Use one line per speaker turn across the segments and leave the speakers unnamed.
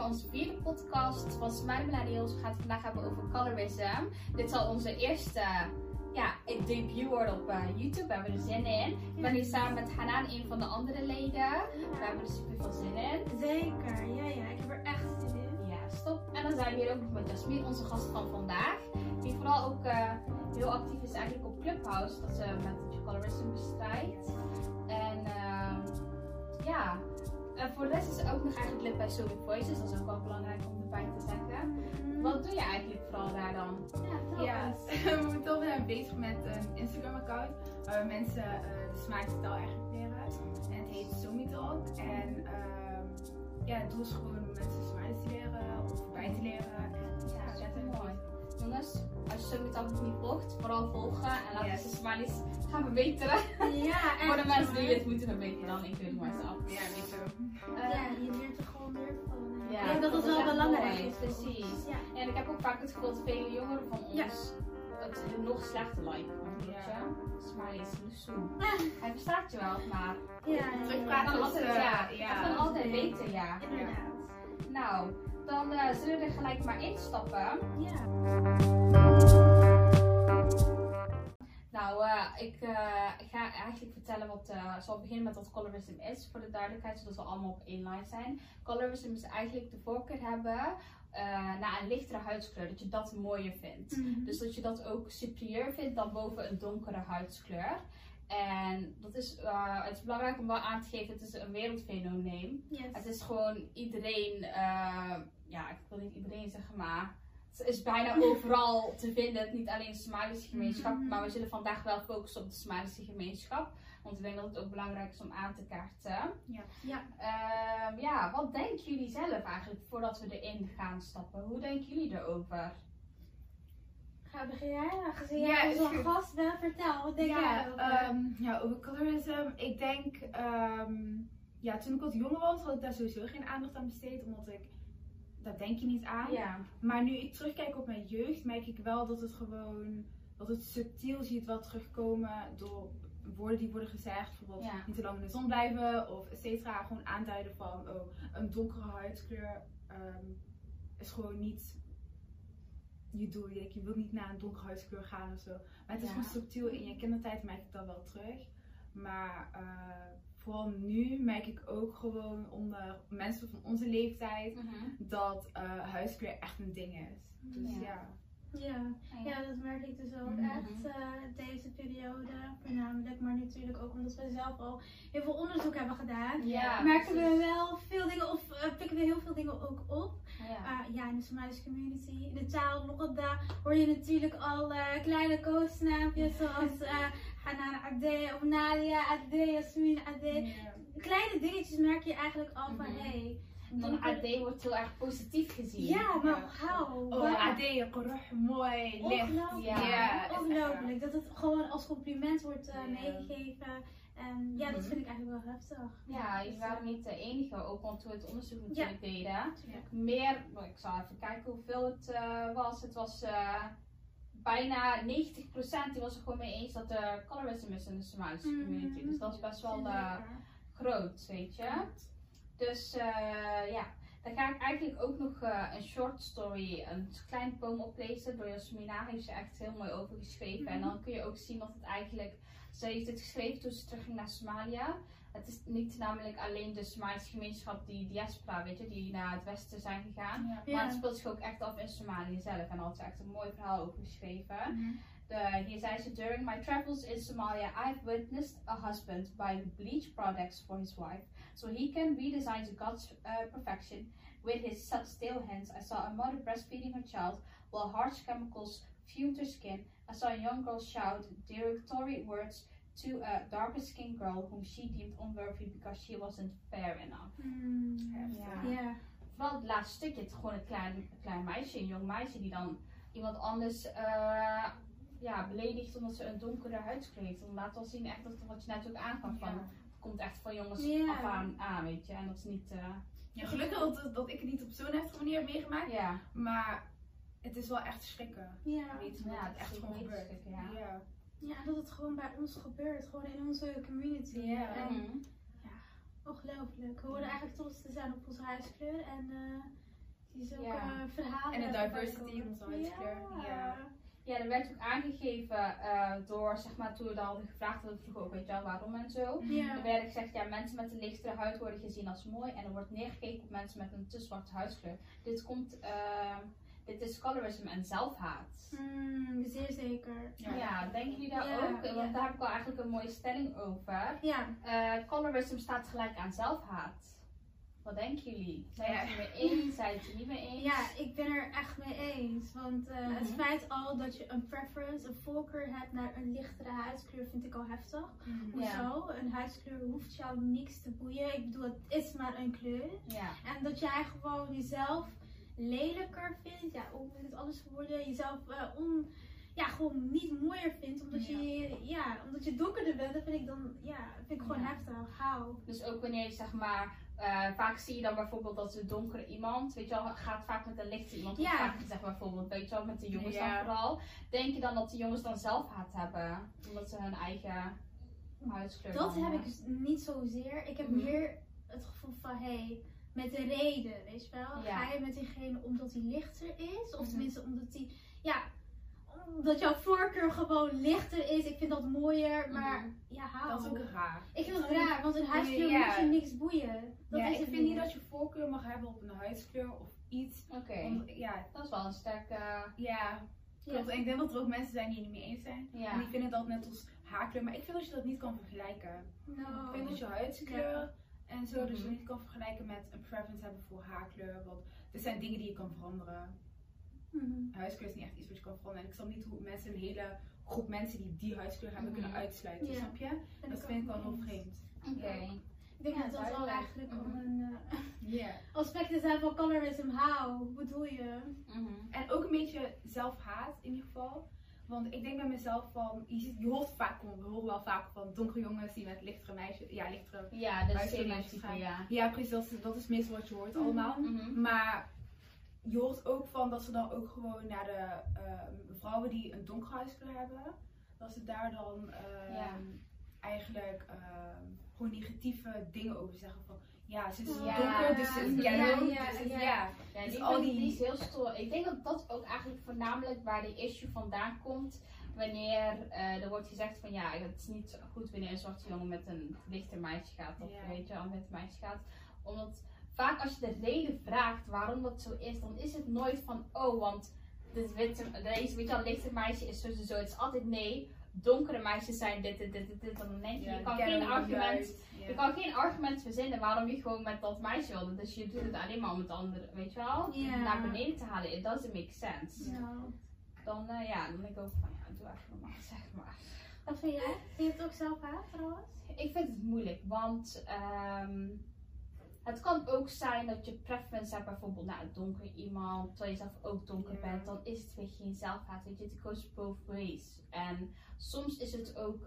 naar onze vierde podcast van Smiley Millennials. We gaan het vandaag hebben over colorism. Dit zal onze eerste debuut worden op YouTube. We hebben er zin in. Ik ben hier samen met Hanan, een van de andere leden. We hebben er super veel zin in.
Zeker, ja, ik heb er echt zin in.
Ja, stop. En dan zijn we hier ook nog met Jasmine, onze gast van vandaag. Die vooral ook heel actief is eigenlijk op Clubhouse. Dat ze met colorism bestrijdt. En voor de rest is ze ook nog eigenlijk lid bij Sonic Voices. Dat is ook wel belangrijk om erbij te zeggen. Wat doe je eigenlijk vooral daar dan?
We zijn bezig met een Instagram account waar we mensen de smaaktaal eigenlijk leren. En het heet Somitalk. En het doel is gewoon om mensen smaak te leren of bij te leren.
Ja, dat is mooi. Jongens, als je Somitalk nog niet volgt, vooral volgen en laten we de smileys gaan verbeteren.
Ja, en
voor de mensen die dit moeten verbeteren, dan ik weet maar zelf.
Ja, niet zo.
Je leert er gewoon meer van.
Ja,
Ik denk dat dat wel belangrijk is.
Precies.
Ja.
En ik heb ook vaak het gevoel dat vele jongeren van ons het nog slechter lijken. Smileys, Loesoe. Hij verstaat je wel, maar
Terugpraten
kan altijd beter, ja.
Inderdaad.
Nou, dan zullen we er gelijk maar instappen.
Ja.
Nou, ik ga eigenlijk vertellen zal beginnen met wat colorism is, voor de duidelijkheid, zodat we allemaal op één lijn zijn. Colorism is eigenlijk de voorkeur hebben naar een lichtere huidskleur, dat je dat mooier vindt. Dus dat je dat ook superieur vindt dan boven een donkere huidskleur. En dat is, het is belangrijk om wel aan te geven, het is een wereldfenomeen.
Yes.
Het is gewoon iedereen, ik wil niet iedereen zeggen, maar het is bijna overal te vinden, niet alleen de Somalische gemeenschap, maar we zullen vandaag wel focussen op de Somalische gemeenschap. Want ik denk dat het ook belangrijk is om aan te kaarten. Wat denken jullie zelf eigenlijk voordat we erin gaan stappen? Hoe denken jullie erover?
Begin jij? Aangezien jij onze gast bent, vertel, wat denk jij over?
Over colorism, ik denk, toen ik wat jonger was, had ik daar sowieso geen aandacht aan besteed, omdat daar denk je niet aan.
Ja.
Maar nu ik terugkijk op mijn jeugd, merk ik wel dat het subtiel ziet wel terugkomen door woorden die worden gezegd. Bijvoorbeeld niet te lang in de zon blijven of et cetera. Gewoon aanduiden van een donkere huidskleur is gewoon niet je doel. Je wilt niet naar een donkere huidskleur gaan of zo. Maar het is gewoon subtiel. In je kindertijd merk ik dat wel terug. Maar vooral nu merk ik ook gewoon onder mensen van onze leeftijd dat huidskleur echt een ding is. Dus
Ja, dat merk ik dus ook echt deze periode voornamelijk, maar natuurlijk ook omdat we zelf al heel veel onderzoek hebben gedaan. Merken we wel veel dingen of pikken we heel veel dingen ook op. In de Somalische community, in de taal Logada hoor je natuurlijk al kleine koosnaampjes zoals Hanan Ade of Nadia Ade, Jasmine Ade. Kleine dingetjes merk je eigenlijk al van
Dan AD wordt heel erg positief gezien.
Ja, maar
AD, mooi, licht.
Ongelooflijk. Dat het gewoon als compliment wordt meegegeven. En dat vind ik eigenlijk wel heftig.
Ja, jullie waren niet de enige, ook want toen we het onderzoek natuurlijk deden. Meer, ik zal even kijken hoeveel het was. Het was bijna 90% die was er gewoon mee eens dat er colorism is in de Somalische community. Dus dat is best wel groot, weet je. Dus dan ga ik eigenlijk ook nog een short story, een klein poem oplezen. Door Jasmina heeft ze echt heel mooi over geschreven. En dan kun je ook zien dat het eigenlijk, ze heeft het geschreven toen ze terugging naar Somalia. Het is niet namelijk alleen de Somalische gemeenschap, die diaspora, weet je, die naar het westen zijn gegaan. Maar het speelt zich ook echt af in Somalië zelf. En daar had ze echt een mooi verhaal over geschreven. Hier zei ze: During my travels in Somalia, I've witnessed a husband buy bleach products for his wife, so he can redesign to God's perfection. With his stale hands, I saw a mother breastfeeding her child, while harsh chemicals fumed her skin. I saw a young girl shout derogatory words to a darker skinned girl whom she deemed unworthy because she wasn't fair enough. Vooral het laatste stukje, het is gewoon een klein meisje, een jong meisje die dan iemand anders beledigt omdat ze een donkere huidskleur heeft. Dan laat wel zien echt dat wat je net ook aangaf van, het komt echt van jongens af aan, weet je. En dat is niet...
gelukkig dat ik het niet op zo'n heftige manier heb meegemaakt. Maar het is wel echt schrikken. Weet je, dat het echt gewoon gebeurt.
Ja, dat het gewoon bij ons gebeurt, gewoon in onze community. Ongelooflijk. We horen eigenlijk trots te zijn op onze huidskleur en Die zulke verhalen.
En de diversity in onze huidskleur.
Ja, er werd ook aangegeven door, zeg maar, toen we dat hadden gevraagd, dat we vroegen ook, weet je wel, waarom en zo. Er werd gezegd, ja, mensen met een lichtere huid worden gezien als mooi en er wordt neergekeken op mensen met een te zwarte huidskleur. Dit is colorism en zelfhaat.
Zeer zeker.
Ja, denken jullie daar ook? Want daar heb ik wel eigenlijk een mooie stelling over. Colorism staat gelijk aan zelfhaat. Wat denken jullie? Zijn je het er mee eens? Zijn je het er niet mee eens?
Ja, ik ben er echt mee eens. Want het feit al dat je een preference, een voorkeur hebt naar een lichtere huidskleur, vind ik al heftig. Hoezo? Een huidskleur hoeft jou niks te boeien. Ik bedoel, het is maar een kleur. En dat jij gewoon jezelf lelijker vindt, hoe moet het alles verwoorden? Jezelf gewoon niet mooier vindt, omdat je donkerder bent, dat vind ik dan, vind ik gewoon heftig. Hou.
Dus ook wanneer je, zeg maar, vaak zie je dan bijvoorbeeld dat een donkere iemand, weet je wel, gaat vaak met een lichte iemand. Vaak zeg maar bijvoorbeeld, weet je wel, met de jongens dan vooral. Denk je dan dat de jongens dan zelfhaat hebben? Omdat ze hun eigen huidskleur
Dat heb ik niet zozeer. Ik heb meer het gevoel van, met de reden, weet je wel. Ga je met diegene omdat hij lichter is? Of tenminste omdat hij, omdat jouw voorkeur gewoon lichter is. Ik vind dat mooier, maar
dat is ook raar.
Ik vind het raar, want een huidskleur moet je niks boeien.
Ik vind niet dat je voorkeur mag hebben op een huidskleur of iets.
Dat is wel een sterke...
Klopt. En ik denk dat er ook mensen zijn die het niet mee eens zijn. En die vinden dat net als haarkleur, maar ik vind dat je dat niet kan vergelijken. Ik vind dat je huidskleur en zo, dus je niet kan vergelijken met een preference hebben voor haarkleur. Want er zijn dingen die je kan veranderen. Huidskleur is niet echt iets wat je kan veranderen. En ik snap niet hoe mensen een hele groep mensen die huidskleur hebben kunnen uitsluiten, snap je? Dat vind ik wel heel vreemd.
Ik denk dat dat wel eigenlijk een aspecten zijn van colorism. Hoe bedoel je?
En ook een beetje zelfhaat in ieder geval. Want ik denk bij mezelf van, je hoort vaak, we horen wel vaak van donkere jongens die met lichtere meisjes,
dat is stereotype,
Ja, precies, dat is meestal wat je hoort allemaal. Maar je hoort ook van dat ze dan ook gewoon naar de vrouwen die een donkere huidskleur hebben, dat ze daar dan eigenlijk gewoon negatieve dingen over zeggen van ze is donker, dus ze is ghetto.
Dus al die is heel stoer. Ik denk dat dat ook eigenlijk voornamelijk waar de issue vandaan komt. Wanneer er wordt gezegd van het is niet goed wanneer een zwarte jongen met een lichter meisje gaat of weet je, met een meisje gaat. Omdat vaak als je de reden vraagt waarom dat zo is, dan is het nooit van want deze weet je al, lichte meisje is zo. Het is altijd nee. Donkere meisjes zijn dit. Dan denk je, je kan geen argument verzinnen waarom je gewoon met dat meisje wilde. Dus je doet het alleen maar om het andere, weet je wel, naar beneden te halen. It doesn't make sense. Dan denk ik ook van, doe even normaal, zeg maar.
Wat vind jij? Vind je het ook zelfhaat trouwens?
Ik vind het moeilijk, want het kan ook zijn dat je preference hebt bijvoorbeeld naar een donker iemand, terwijl je zelf ook donker bent, dan is het weer geen zelfhaat, weet je, it goes both ways. En soms is het ook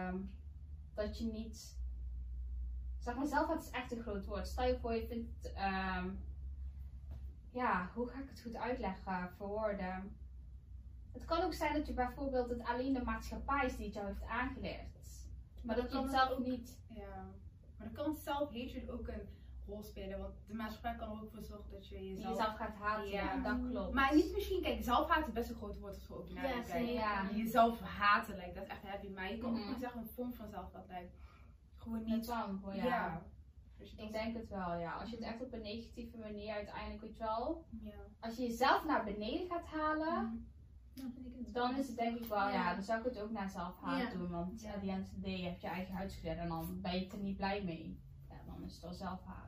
dat je niet, zeg maar, zelfhaat is echt een groot woord. Stel je voor je vindt, hoe ga ik het goed uitleggen, verwoorden? Het kan ook zijn dat je bijvoorbeeld het alleen de maatschappij is die het jou heeft aangeleerd. Maar dat je het zelf ook niet.
Ja, maar dan kan self-hatred ook een rol spelen, want de maatschappij kan er ook voor zorgen dat je
jezelf gaat haten, dat klopt.
Maar niet misschien, kijk, zelfhaat is best een groot woord als we ook nadenken. Jezelf haten, dat is echt heavy, maar je kan ook gewoon zeggen een vorm van zelfhaat, gewoon niet.
Ik denk het wel, Als je het echt op een negatieve manier uiteindelijk, weet je wel, als je jezelf naar beneden gaat halen, dan is het denk ik wel, dan zou ik het ook naar zelfhaat doen, want at the end of the day heb je eigen huidskleur en dan ben je er niet blij mee. Dan is het wel zelfhaat.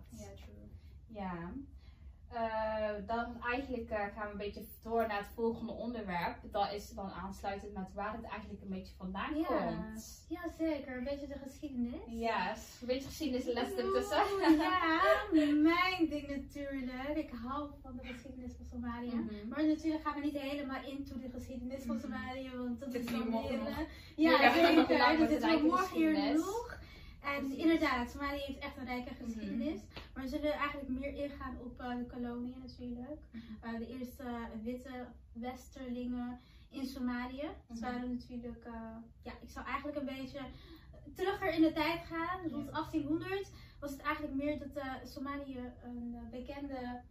Dan eigenlijk gaan we een beetje door naar het volgende onderwerp. Dat is dan aansluitend met waar het eigenlijk een beetje vandaan komt.
Ja, zeker. Een beetje de geschiedenis.
Een beetje geschiedenisles ertussen.
Mijn ding natuurlijk. Ik hou van de geschiedenis van Somalië. Maar natuurlijk gaan we niet helemaal into de geschiedenis van Somalië, want dat is wel meer. Zeker. Dat is wel morgen hier nog. En inderdaad, Somalië heeft echt een rijke geschiedenis. Maar we zullen eigenlijk meer ingaan op de koloniën natuurlijk. De eerste witte westerlingen in Somalië. Dat waren natuurlijk, ik zou eigenlijk een beetje terug in de tijd gaan. Rond 1800 was het eigenlijk meer dat Somalië een bekende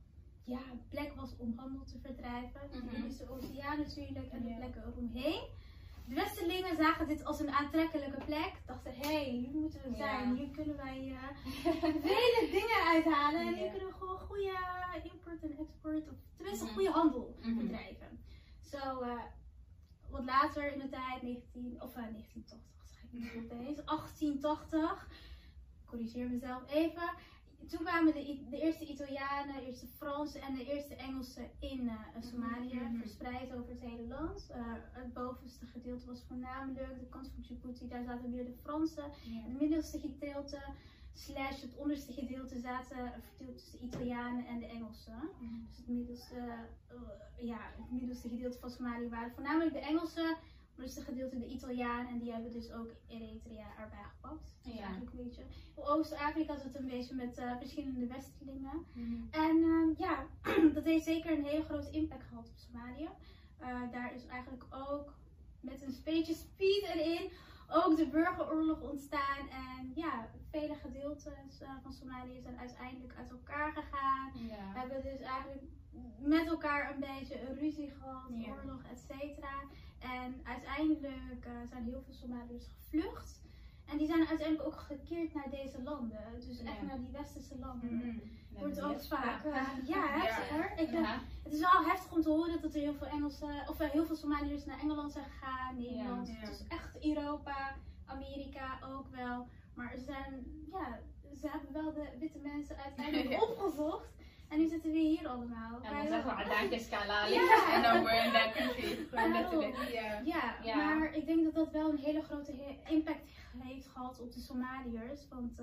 plek was om handel te verdrijven. De Indische Oceaan natuurlijk en de plekken eromheen. De Westerlingen zagen dit als een aantrekkelijke plek. Dachten, hier moeten we zijn. Hier kunnen wij vele dingen uithalen. En hier kunnen we gewoon goede import en export, of tenminste goede handel bedrijven. Zo, wat later in de tijd, 1880, zeg ik niet opeens, 1880, corrigeer mezelf even. Toen kwamen de eerste Italianen, de eerste Fransen en de eerste Engelsen in Somalië, verspreid over het hele land. Het bovenste gedeelte was voornamelijk de kant van Djibouti, daar zaten weer de Fransen. Het middelste gedeelte, / het onderste gedeelte zaten verdeeld tussen de Italianen en de Engelsen. Dus het middelste gedeelte van Somalië waren voornamelijk de Engelsen. Het onderste gedeelte de Italianen en die hebben dus ook Eritrea erbij gepakt. Dus eigenlijk een beetje. In Oost-Afrika zat een beetje met verschillende Westerlingen. En dat heeft zeker een hele grote impact gehad op Somalië. Daar is eigenlijk ook met een beetje speed erin ook de burgeroorlog ontstaan. En vele gedeeltes van Somalië zijn uiteindelijk uit elkaar gegaan. We hebben dus eigenlijk met elkaar een beetje een ruzie gehad, oorlog, etc. En uiteindelijk zijn heel veel Somaliërs gevlucht. En die zijn uiteindelijk ook gekeerd naar deze landen. Dus echt naar die westerse landen. Wordt ook vaak heftiger. Het is wel heftig om te horen dat er heel veel heel veel Somaliërs naar Engeland zijn gegaan, Nederland. Het is echt Europa, Amerika ook wel. Maar ze hebben wel de witte mensen uiteindelijk opgezocht. En nu zitten we hier allemaal.
En dan zeggen we Adakis Kalali.
En dan we're in that country. Gewoon letterlijk.
Maar ik denk dat dat wel een hele grote impact heeft gehad op de Somaliërs. Want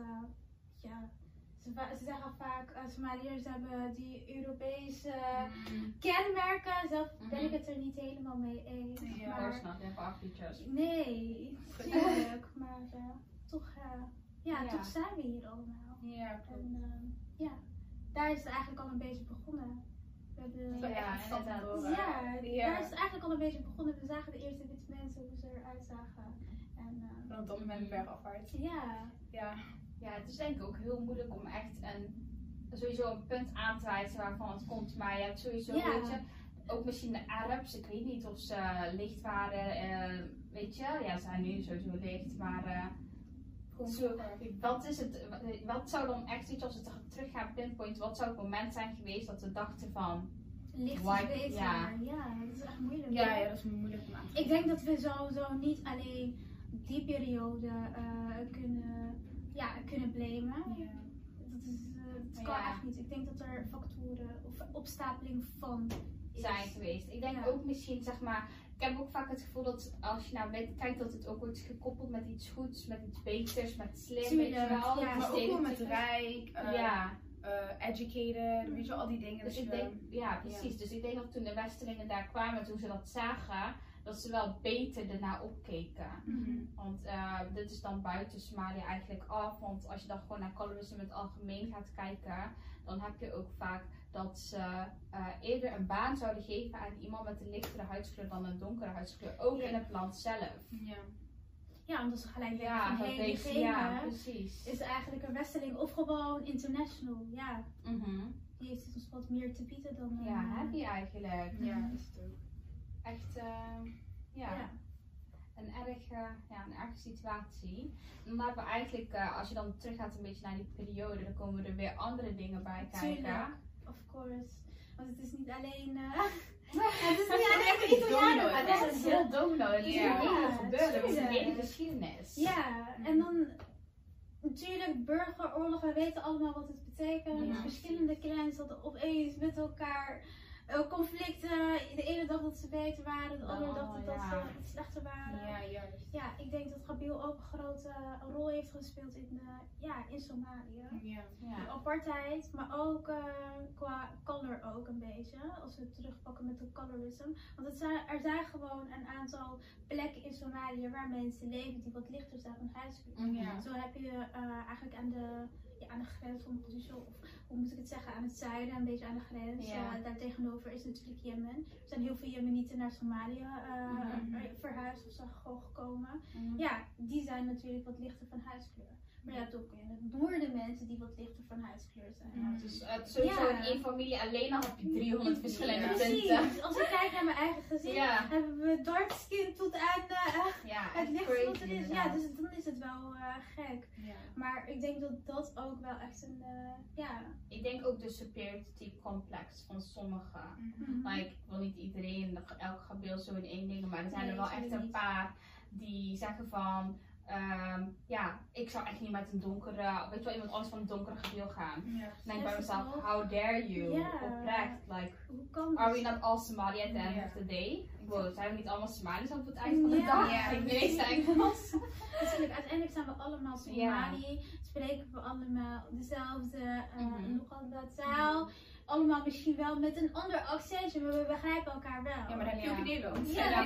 ze zeggen vaak, Somaliërs hebben die Europese kenmerken. Zelf ben ik het er niet helemaal mee eens. Nee, natuurlijk. Maar toch zijn we hier allemaal. En daar is het eigenlijk al een beetje begonnen. Daar is het eigenlijk al een beetje begonnen. We zagen de eerste witte mensen, hoe ze eruit zagen. En
op dat moment bergafwaarts.
Het is denk ik ook heel moeilijk om echt sowieso een punt aan te wijzen waarvan het komt. Maar je hebt sowieso, weet je, ook misschien de Arabs, ik weet niet of ze licht waren, weet je. Ja, ze zijn nu sowieso licht, maar wat zou dan echt iets, als we terug gaan pinpointen, wat zou het moment zijn geweest dat we dachten van
licht is beter. Ja, dat is echt moeilijk.
Ja, dat is moeilijk om aan te
Ik denk dat we sowieso niet alleen die periode kunnen blamen. Dat kan echt niet. Ik denk dat er factoren of opstapeling van
zijn geweest. Ik denk ook misschien, zeg maar, ik heb ook vaak het gevoel dat als je kijkt dat het ook wordt gekoppeld met iets goeds, met iets beters, met slim, weet je wel.
Maar ook wel met rijk, educated, weet je, al die dingen.
Dus ik denk, precies. Dus ik denk dat toen de Westerlingen daar kwamen, toen ze dat zagen, dat ze wel beter ernaar opkeken. Want dit is dan buiten Somalië eigenlijk af. Want als je dan gewoon naar colorisme in het algemeen gaat kijken, dan heb je ook vaak dat ze eerder een baan zouden geven aan iemand met een lichtere huidskleur dan een donkere huidskleur. Ook in het land zelf.
Ja, omdat ze gelijk diegene
precies.
Is eigenlijk een westerling of gewoon international. Die heeft dus wat meer te bieden dan
heb je eigenlijk.
Ja, is het ook.
Echt, een erge situatie. En dan hebben we eigenlijk, als je dan teruggaat een beetje naar die periode, dan komen er weer andere dingen bij kijken.
Tuurlijk, of course. Want het is niet alleen het is niet alleen Italianen.
Het is heel domino. Het is een hele gebeurde. Het is een hele geschiedenis.
Ja, en dan natuurlijk burgeroorlog. We weten allemaal wat het betekent. Verschillende clans hadden opeens met elkaar conflicten. De ene dag dat ze beter waren, de andere dag dat ze slechter waren. Ja, ik denk dat Gabil ook een grote rol heeft gespeeld in Somalië. De apartheid, maar ook qua color ook een beetje. Als we het terugpakken met de colorism. Want er zijn gewoon een aantal plekken in Somalië waar mensen leven die wat lichter zijn van huidskleur. Zo heb je eigenlijk aan de grens van Mogadishu, of hoe moet ik het zeggen, aan het zuiden, een beetje aan de grens. Daar tegenover is natuurlijk Jemen. Er zijn heel veel Jemenieten naar Somalië verhuisd of zijn gewoon gekomen. Ja, die zijn natuurlijk wat lichter van huidskleur. Maar je hebt ook in het noorden mensen die wat lichter van huidskleur zijn.
Dus sowieso in één familie alleen al heb je 300 verschillende tinten.
Precies. Als ik kijk naar mijn eigen gezin, hebben we dark skin tot aan het licht wat er is. Ja, dus dan is het wel gek. Ja. Maar ik denk dat dat ook wel echt een,
Ik denk ook de superiority complex van sommigen. Like, ik wil niet iedereen, elke Gabriel zo in één ding, maar er zijn er wel echt een paar die zeggen van... ik zou echt niet met een donkere, weet je wel, iemand anders van een donkere Gabriel gaan. Dan denk ik bij mezelf, how dare you? Oprecht, like, are we not all Somali at the end of the day? Wow, zijn we niet allemaal Somali's op het eind van de dag? Ik weet niet Engels.
Natuurlijk, uiteindelijk zijn we allemaal Somali, spreken we allemaal dezelfde taal. Allemaal misschien wel met een ander accentje, maar we begrijpen elkaar wel.
Ja, maar dan heb je ook in Nederland.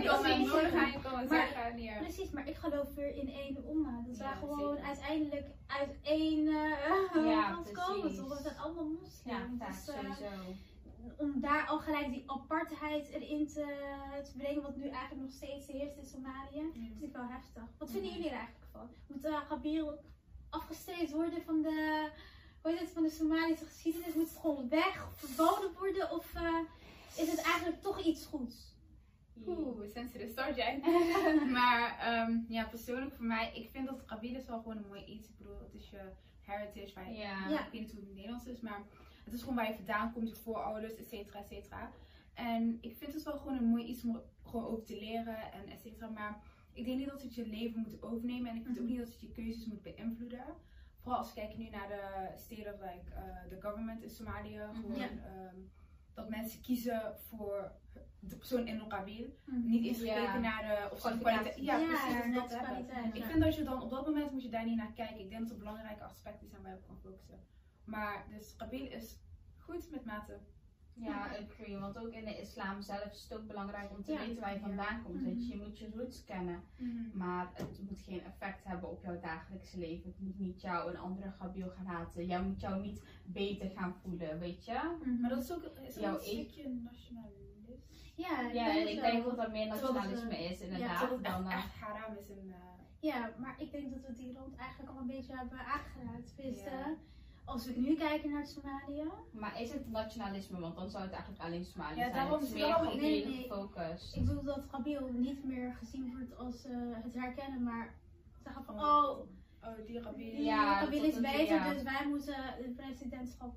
Precies, maar ik geloof weer in één umma. Dat wij gewoon uiteindelijk uit één land komen. Toch? We zijn allemaal moslims.
Ja, sowieso.
Om daar al gelijk die apartheid erin te brengen, wat nu eigenlijk nog steeds heerst in Somalië, vind ik wel heftig. Wat vinden jullie er eigenlijk van? Moet Gabriel afgestreept worden van de... van de Somalische geschiedenis? Moet het gewoon weg of verboden worden? Of is het eigenlijk toch iets goeds?
Sensitive start jij. Maar persoonlijk voor mij, ik vind dat Gabriel is wel gewoon een mooi iets. Ik bedoel, het is je heritage, ik weet niet hoe het Nederlands is, maar het is gewoon waar je vandaan komt, je voorouders, et cetera, et cetera. En ik vind het wel gewoon een mooi iets om gewoon over te leren en et cetera. Maar ik denk niet dat het je leven moet overnemen en ik vind ook niet dat het je keuzes moet beïnvloeden. Vooral als we kijken nu naar de state of the government in Somalië. Gewoon, dat mensen kiezen voor de persoon in Gabriel. Niet eens gekeken naar de kwaliteit. Ja, precies. Dat kwaliteit. Ik vind dat je dan op dat moment moet je daar niet naar kijken. Ik denk dat er belangrijke aspecten zijn waar je op kan focussen. Maar dus Gabriel is goed met mate.
Ja, agree. Want ook in de islam zelf is het ook belangrijk om te weten waar je vandaan komt. Weet je moet je roots kennen. Maar het moet geen effect hebben op jouw dagelijkse leven. Het moet niet jou een andere Gabriel gaan haten. Jij moet jou niet beter gaan voelen, weet je?
Maar dat is ook een stukje nationalisme.
Ja, en ik denk dat dat meer nationalisme is, inderdaad.
Dat het echt haram is.
Ja, maar ik denk dat we die rond eigenlijk al een beetje hebben aangeraakt. Als we nu kijken naar Somalië.
Maar is het nationalisme? Want dan zou het eigenlijk alleen Somalië zijn.
Daarom
het is meer gefocust.
Ik bedoel dat Gabriel niet meer gezien wordt als het herkennen, maar zeggen van
die Gabriel.
Ja, Gabriel is beter, dus wij moeten het presidentschap.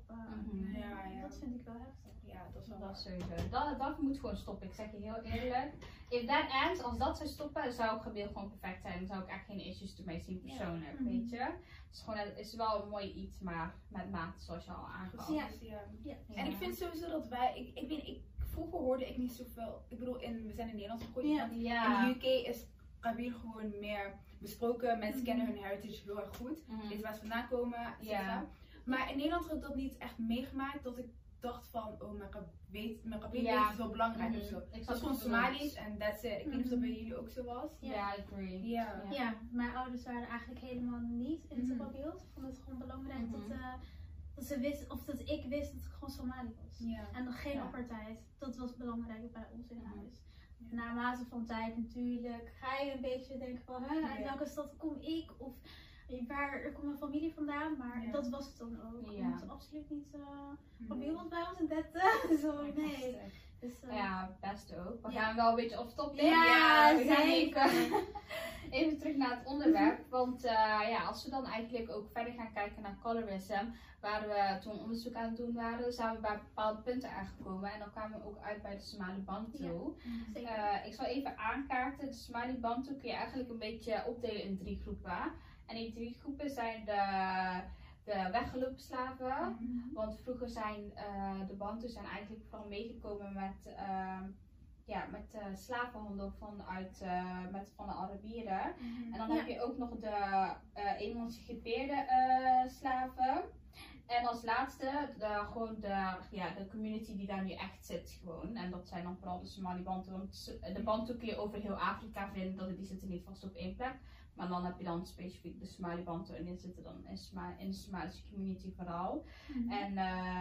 Dat vind ik wel heftig.
Ja, dat is wel
dat sowieso. Dat moet gewoon stoppen. Ik zeg je heel eerlijk. If that ends, als dat zou stoppen, zou Gabriel gewoon perfect zijn. Dan zou ik echt geen issues ermee zien persoonlijk, weet je. Het is wel een mooi iets, maar met mate zoals je al aangaf.
En ik vind sowieso dat wij, vroeger hoorde ik niet zoveel, ik bedoel, we zijn in Nederland gegroeid. In de UK is Gabriel gewoon meer besproken. Mensen kennen hun heritage heel erg goed. Weten waar ze vandaan komen, etc. Maar in Nederland heb ik dat niet echt meegemaakt, dat ik dacht van, mijn Gabriel is wel belangrijk of zo. Het was gewoon Somalisch en that's it. Ik weet niet of dat bij jullie ook zo was.
Ja, I agree.
Ja, mijn ouders waren eigenlijk helemaal niet in het Gabriel. Ze vonden het gewoon belangrijk dat ze wisten, of dat ik wist dat ik gewoon Somali was. En nog geen apartheid. Dat was belangrijk bij ons in huis. Na mate van tijd natuurlijk ga je een beetje denken van, uit welke stad kom ik? Of waar komt mijn familie vandaan? Maar dat was het dan ook. We moeten absoluut niet Gabriel bij ons en dat zo, nee. Dus,
best ook. We gaan wel een beetje off topic.
We
gaan even terug naar het onderwerp. Want als we dan eigenlijk ook verder gaan kijken naar colorism, waar we toen onderzoek aan het doen waren, zijn we bij bepaalde punten aangekomen. En dan kwamen we ook uit bij de Somali Bantu. Ik zal even aankaarten. De Somali Bantu kun je eigenlijk een beetje opdelen in 3 groepen. En die 3 groepen zijn de weggelopen slaven. Want vroeger zijn de Bantus eigenlijk vooral meegekomen met slavenhandel van de Arabieren. En dan heb je ook nog de emancipeerde slaven. En als laatste, de community die daar nu echt zit gewoon. En dat zijn dan vooral de Somali Bantu. Want de Bantu kun je over heel Afrika vinden, die zitten niet vast op één plek. Maar dan heb je dan specifiek de Somali Bantu en die zitten dan in de Somalische community vooral. En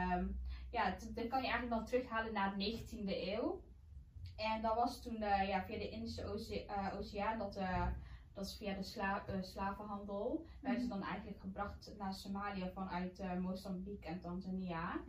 dat kan je eigenlijk dan terughalen naar de 19e eeuw. En dat was toen via de Indische Oceaan, dat is via de slavenhandel, werden ze dan eigenlijk gebracht naar Somalië vanuit Mozambique en Tanzania.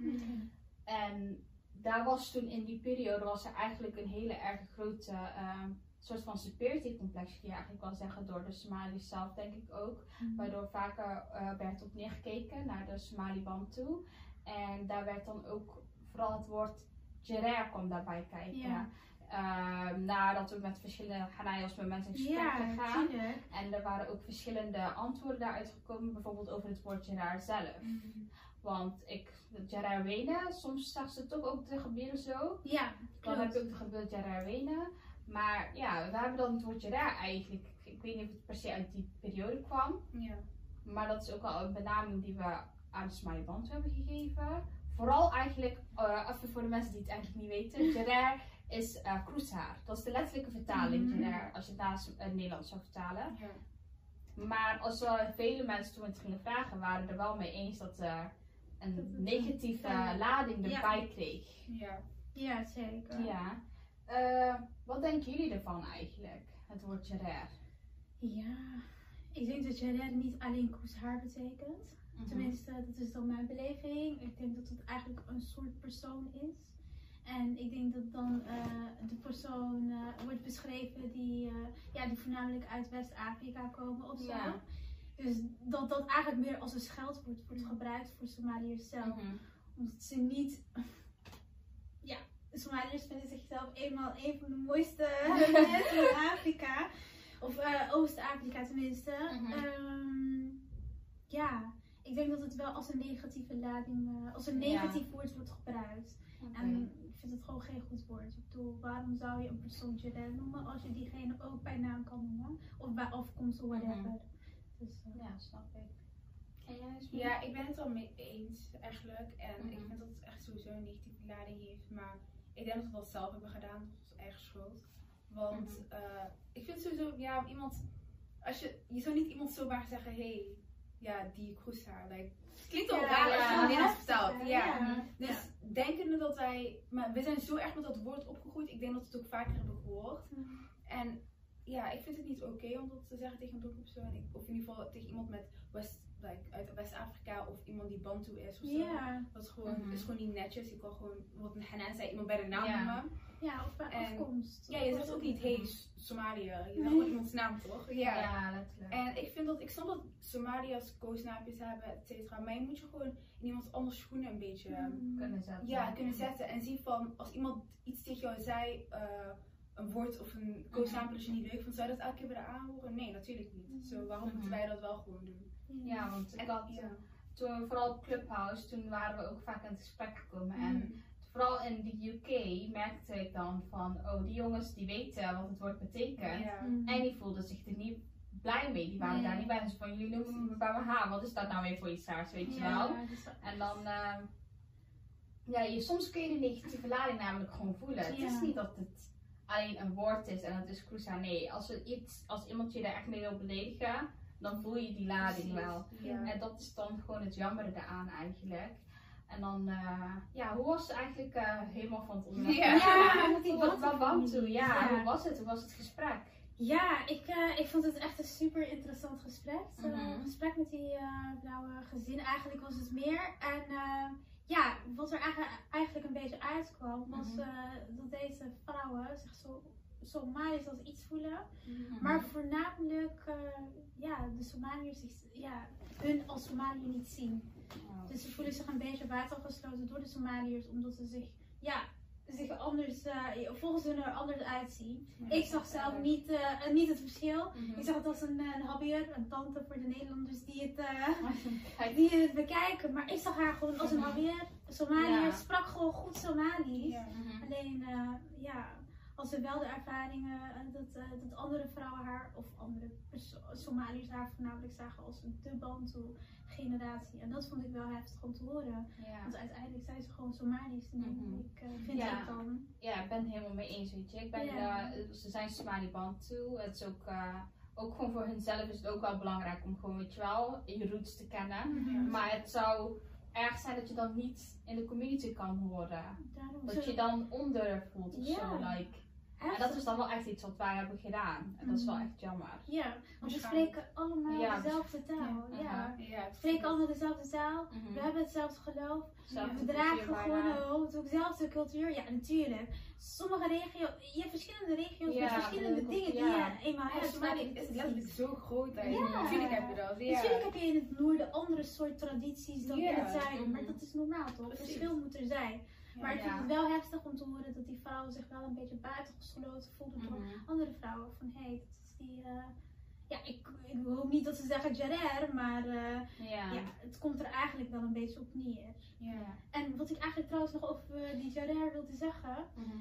En daar was toen in die periode was er eigenlijk een hele erg grote soort van superiority complex, kun je eigenlijk wel zeggen, door de Somaliërs zelf denk ik ook. Waardoor vaker werd op neergekeken naar de Somali Bantu. En daar werd dan ook vooral het woord Jerer kwam daarbij kijken. Nadat we met verschillende Ghanaiërs met mensen in gesprek gegaan. En er waren ook verschillende antwoorden daaruit gekomen, bijvoorbeeld over het woord Jerer zelf. Want Jerer Wenen, soms zag ze toch ook de gebieden zo. Ja, dan heb je ook de gebieden Jerer Wenen. Maar ja, we hebben dan het woord Jerer eigenlijk, ik weet niet of het per se uit die periode kwam. Ja. Maar dat is ook al een benaming die we aan de Somali Bantu hebben gegeven. Vooral eigenlijk, even voor de mensen die het eigenlijk niet weten, Jerer is kroeshaar. Dat is de letterlijke vertaling, Jerer, als je het naar het Nederlands zou vertalen. Ja. Maar als vele mensen toen het gingen vragen, waren er wel mee eens dat een negatieve lading erbij kreeg.
Ja, zeker.
Ja. Wat denken jullie ervan eigenlijk, het woord Jerer?
Ja, ik denk dat Jerer niet alleen kroeshaar betekent. Tenminste, dat is dan mijn beleving. Ik denk dat het eigenlijk een soort persoon is. En ik denk dat dan de persoon wordt beschreven die voornamelijk uit West-Afrika komen of zo. Ja. Dus dat eigenlijk meer als een scheldwoord wordt gebruikt voor Somaliërs zelf. Omdat ze niet... Ja, de Somaliërs vinden zichzelf eenmaal een van de mooiste mensen in Afrika. Of Oost-Afrika tenminste. Ik denk dat het wel als een negatieve lading, als een negatief woord wordt gebruikt. En ik vind het gewoon geen goed woord. Ik bedoel, waarom zou je een persoon Jerer noemen als je diegene ook bij naam kan noemen? Of bij afkomst of whatever. Dus,
ja, snap ik.
En jij, ja, ik ben het al mee eens eigenlijk. En ik vind dat het echt sowieso een negatieve lading heeft. Maar ik denk dat we dat zelf hebben gedaan. Dat is eigen schuld. Want ik vind sowieso, ja, iemand, je zou niet iemand zomaar zeggen, die kroeshaar. Like, het klinkt wel raar als je het Nederlands vertelt. Dus denkende dat maar we zijn zo erg met dat woord opgegroeid. Ik denk dat we het ook vaker hebben gehoord. En ja, ik vind het niet oké om dat te zeggen tegen een donkere persoon. Of in ieder geval tegen iemand met uit West-Afrika of iemand die Bantu is of zo. Dat is gewoon niet netjes. Je kan gewoon, wat een Hanan zei, iemand bij de naam noemen.
Ja, of bij afkomst.
Ja, je zegt ook niet, Somalië. Je zegt gewoon iemands naam, toch?
Ja, letterlijk.
En ik snap dat Somaliërs koosnaampjes hebben, et cetera. Maar je moet je gewoon in iemands anders schoenen een beetje kunnen zetten. En zien van, als iemand iets tegen jou zei, een woord of een koosnaampje dat je niet leuk vond, zou je dat elke keer willen aanhoren? Nee, natuurlijk niet. Zo, waarom moeten wij dat wel gewoon doen?
Ja, want toen we vooral op Clubhouse, toen waren we ook vaak in het gesprek gekomen. En vooral in de UK merkte ik dan van, die jongens die weten wat het woord betekent. En die voelden zich er niet blij mee. Die waren daar niet bij. Dus van, jullie noemen me bij mijn haar. Wat is dat nou weer voor iets raars, weet je wel? En dan, soms kun je de negatieve lading namelijk gewoon voelen. Het is niet dat het alleen een woord is en het is kroeshaar. Nee, als iemand je daar echt mee wil beledigen, dan voel je die lading wel. En dat is dan gewoon het jammere daaraan eigenlijk. En dan, hoe was het eigenlijk helemaal van het onderwerp? Wat Bantu, hoe was het? Hoe was het gesprek?
Ja, ik vond het echt een super interessant gesprek. Een gesprek met die blauwe gezin. Eigenlijk was het meer. En wat er eigenlijk een beetje uitkwam, was dat deze vrouwen zich zo Somaliërs als iets voelen. Maar voornamelijk de Somaliërs hun als Somaliër niet zien. Dus ze voelen zich een beetje buitengesloten door de Somaliërs, omdat ze zich anders, volgens hun er anders uitzien. Ik zag zelf niet het verschil. Ik zag het als een habbier, een tante voor de Nederlanders die het bekijken. Maar ik zag haar gewoon als een habbier. Somaliër sprak gewoon goed Somalisch. Alleen, als ze wel de ervaringen dat andere vrouwen haar, of andere Somaliërs haar voornamelijk zagen als de Bantu generatie. En dat vond ik wel heftig om te horen. Ja. Want uiteindelijk zijn ze gewoon Somaliërs. Vind ik dan.
Ja, ik ben het helemaal mee eens, weet je. Ik ben, ze zijn Somali Bantu. Het is ook gewoon voor hunzelf is het ook wel belangrijk om gewoon, weet je wel, je roots te kennen. Maar het zou erg zijn dat je dan niet in de community kan horen. Dat je dan onder voelt of zo. Like. En dat is dan wel echt iets wat wij hebben gedaan. En dat is wel echt jammer.
Ja, want we spreken allemaal dezelfde taal. We spreken allemaal dezelfde taal. We hebben hetzelfde geloof. We dragen gewoon ook dezelfde cultuur. Ja, natuurlijk. Sommige regio's, je hebt verschillende regio's met verschillende dingen die je eenmaal hebt.
Maar het is letterlijk zo groot. Natuurlijk heb je dat.
Natuurlijk heb je in het noorden andere soort tradities dan in het zuiden. Maar dat is normaal toch? Verschil moet er zijn. Maar ik vind het wel heftig om te horen dat die vrouwen zich wel een beetje buitengesloten voelden door andere vrouwen. Van hé, dat is die... ik hoop niet dat ze zeggen Jarer, maar het komt er eigenlijk wel een beetje op neer. En wat ik eigenlijk trouwens nog over die Jarer wilde zeggen.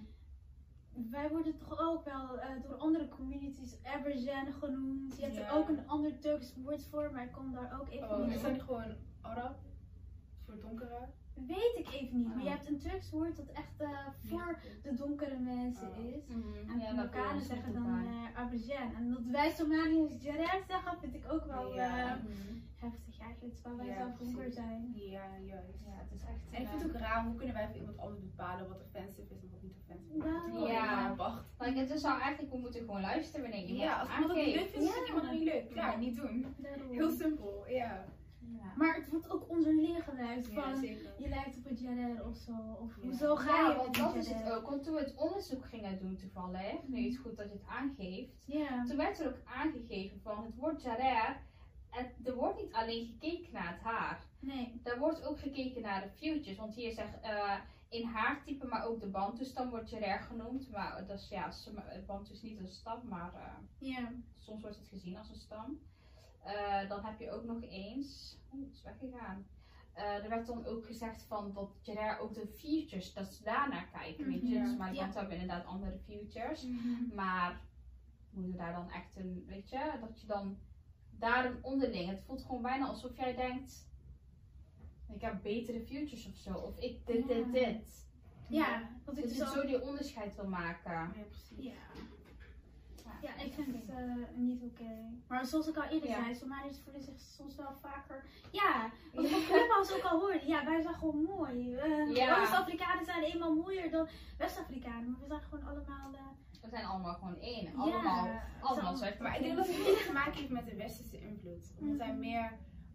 Wij worden toch ook wel door andere communities Aberjan genoemd. Je hebt er ook een ander Turks woord voor, maar ik kom daar ook even niet
op. Is dat niet gewoon Arab? Voor donkere?
Weet ik even niet, maar je hebt een Turks woord dat echt voor de donkere mensen is. En de Marokkanen zeggen dan Aberjan. En dat wij Somaliërs Jarer zeggen, vind ik ook wel heftig eigenlijk, terwijl wij zelf donker zijn.
Ja, juist. Ja, het is echt, en ik vind het ook raar, hoe kunnen wij voor iemand anders bepalen wat offensive is en wat niet offensive is?
Het is zou eigenlijk, we moeten gewoon luisteren wanneer je
als iemand het niet leuk vindt, vind ik iemand het niet leuk. Ja, niet doen. Heel simpel,
Maar het wordt ook onderling geluisterd van je lijkt op een Jarer of zo. Of hoezo ga je
want dat is het ook. Want toen we het onderzoek gingen doen toevallig, nu is het goed dat je het aangeeft. Toen werd er ook aangegeven van het woord Jarer. Er wordt niet alleen gekeken naar het haar.
Nee.
Er wordt ook gekeken naar de features. Want hier zegt in haartype, maar ook de Bantu-stam wordt Jarer genoemd. Maar dat is Bantu is niet een stam, maar soms wordt het gezien als een stam. Dan heb je ook nog eens, het is weggegaan. Er werd dan ook gezegd van dat Jarer ook de features, dat ze daarnaar kijken. Weet je? Dus maar dan hebben we inderdaad andere features. Maar moeten we daar dan echt een, weet je, dat je dan daar een onderling. Het voelt gewoon bijna alsof jij denkt, ik heb betere futures of zo. Of ik dit.
Ja, dat ik
dus je zo die onderscheid wil maken.
Ja, precies.
Ja, ik vind het niet oké. Maar zoals ik al eerder zei, Somaliërs voelen zich soms wel vaker... Ja, wat ik op Clubhouse ook al hoorde. Ja, wij zijn gewoon mooi. Oost-Afrikanen zijn eenmaal mooier dan West-Afrikanen. Maar we zijn gewoon allemaal...
We zijn allemaal gewoon één. Allemaal zo.
Maar ik denk dat het niet te maken heeft met de westerse invloed. Omdat wij meer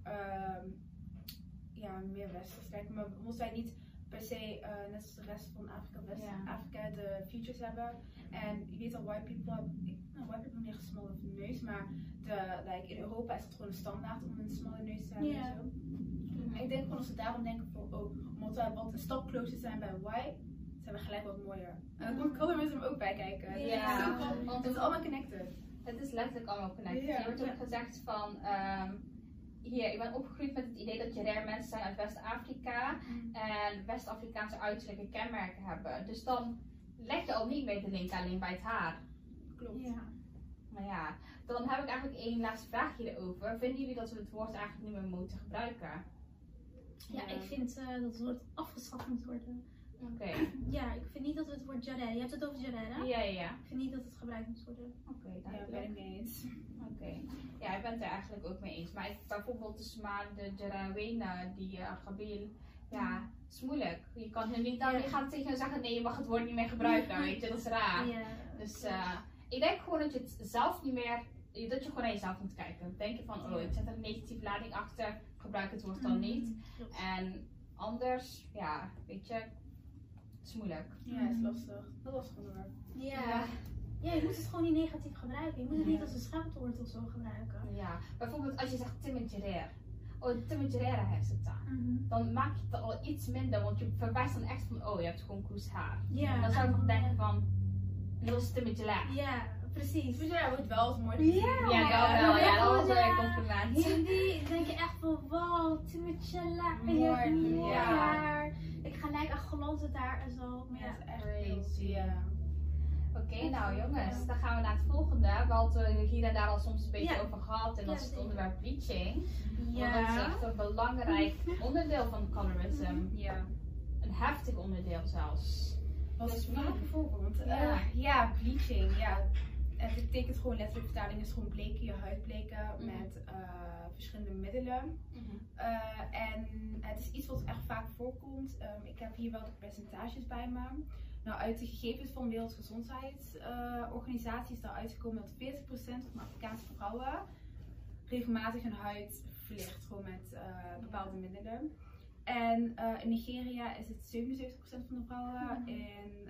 westers kijken. Maar omdat wij niet per se, net als de rest van Afrika, West-Afrika, de features hebben. En je weet al, white people hebben meer gesmalle neus, maar in Europa is het gewoon een standaard om een smalle neus te hebben en zo. En ik denk gewoon als ze daarom denken van, omdat wij wat een stap closer zijn bij white, zijn we gelijk wat mooier. En dan komen mensen er ook bij kijken. Want het is allemaal connected.
Het is letterlijk allemaal connected. Je wordt ook gezegd van, ik ben opgegroeid met het idee dat Jarer mensen zijn uit West-Afrika en West-Afrikaanse uiterlijke kenmerken hebben. Dus dan leg je al niet meer de link alleen bij het haar.
Klopt.
Maar ja, dan heb ik eigenlijk één laatste vraag hierover. Vinden jullie dat we het woord eigenlijk niet meer moeten gebruiken?
Ja, ik vind dat het woord afgeschaft moet worden.
Oké.
Ja, ik vind niet dat we het woord Jarer, je hebt het over Jarer, hè?
Ja.
Ik vind niet dat het gebruikt moet worden.
Oké,
daar ben ik mee eens.
Oké. Ja, ik ben het er eigenlijk ook mee eens. Maar bijvoorbeeld de Jarawena, die Gabil, het is moeilijk. Je kan hun niet gaan tegen hen zeggen, nee, je mag het woord niet meer gebruiken, weet je, dat is raar. Dus ik denk gewoon dat je het zelf niet meer, dat je gewoon naar jezelf moet kijken. Denk je van, ik zet er een negatieve lading achter, gebruik het woord dan niet. En anders, weet je, het is moeilijk.
Ja, het is lastig. Dat was gewoon.
Ja, je moet het gewoon niet negatief gebruiken. Je moet het niet als een scheldwoord of zo gebruiken.
Ja, bijvoorbeeld als je zegt Tim Jarer. Tim Jarer heeft het dan. Dan maak je het al iets minder, want je verwijst dan echt van, je hebt gewoon kroes haar.
Ja.
Dan zou ik nog denken van, dat is Tim Jarer.
Ja, precies.
Dus jij wordt wel eens mooi.
Ja, dat was een compliment.
Hindi denk je echt van, wow, Tim Jarer. Mooi haar. Ik ga lijken aan glans het haar en zo.
Maar ja, echt crazy.
Oké, nou jongens, dan gaan we naar het volgende. We hadden hier en daar al soms een beetje over gehad. En dat is het onderwerp bleaching. Want dat is echt een belangrijk onderdeel van colorism.
Ja.
Een heftig onderdeel zelfs.
Wat is vaak voorbeeld? Bleaching. Ja. Het betekent gewoon letterlijk vertaling is gewoon bleken, je huid bleken met verschillende middelen. En het is iets wat echt vaak voorkomt. Ik heb hier wel de percentages bij me. Nou, uit de gegevens van Wereldgezondheidsorganisatie is daar uitgekomen dat 40% van Afrikaanse vrouwen regelmatig hun huid verlicht, gewoon met bepaalde middelen. En in Nigeria is het 77% van de vrouwen. In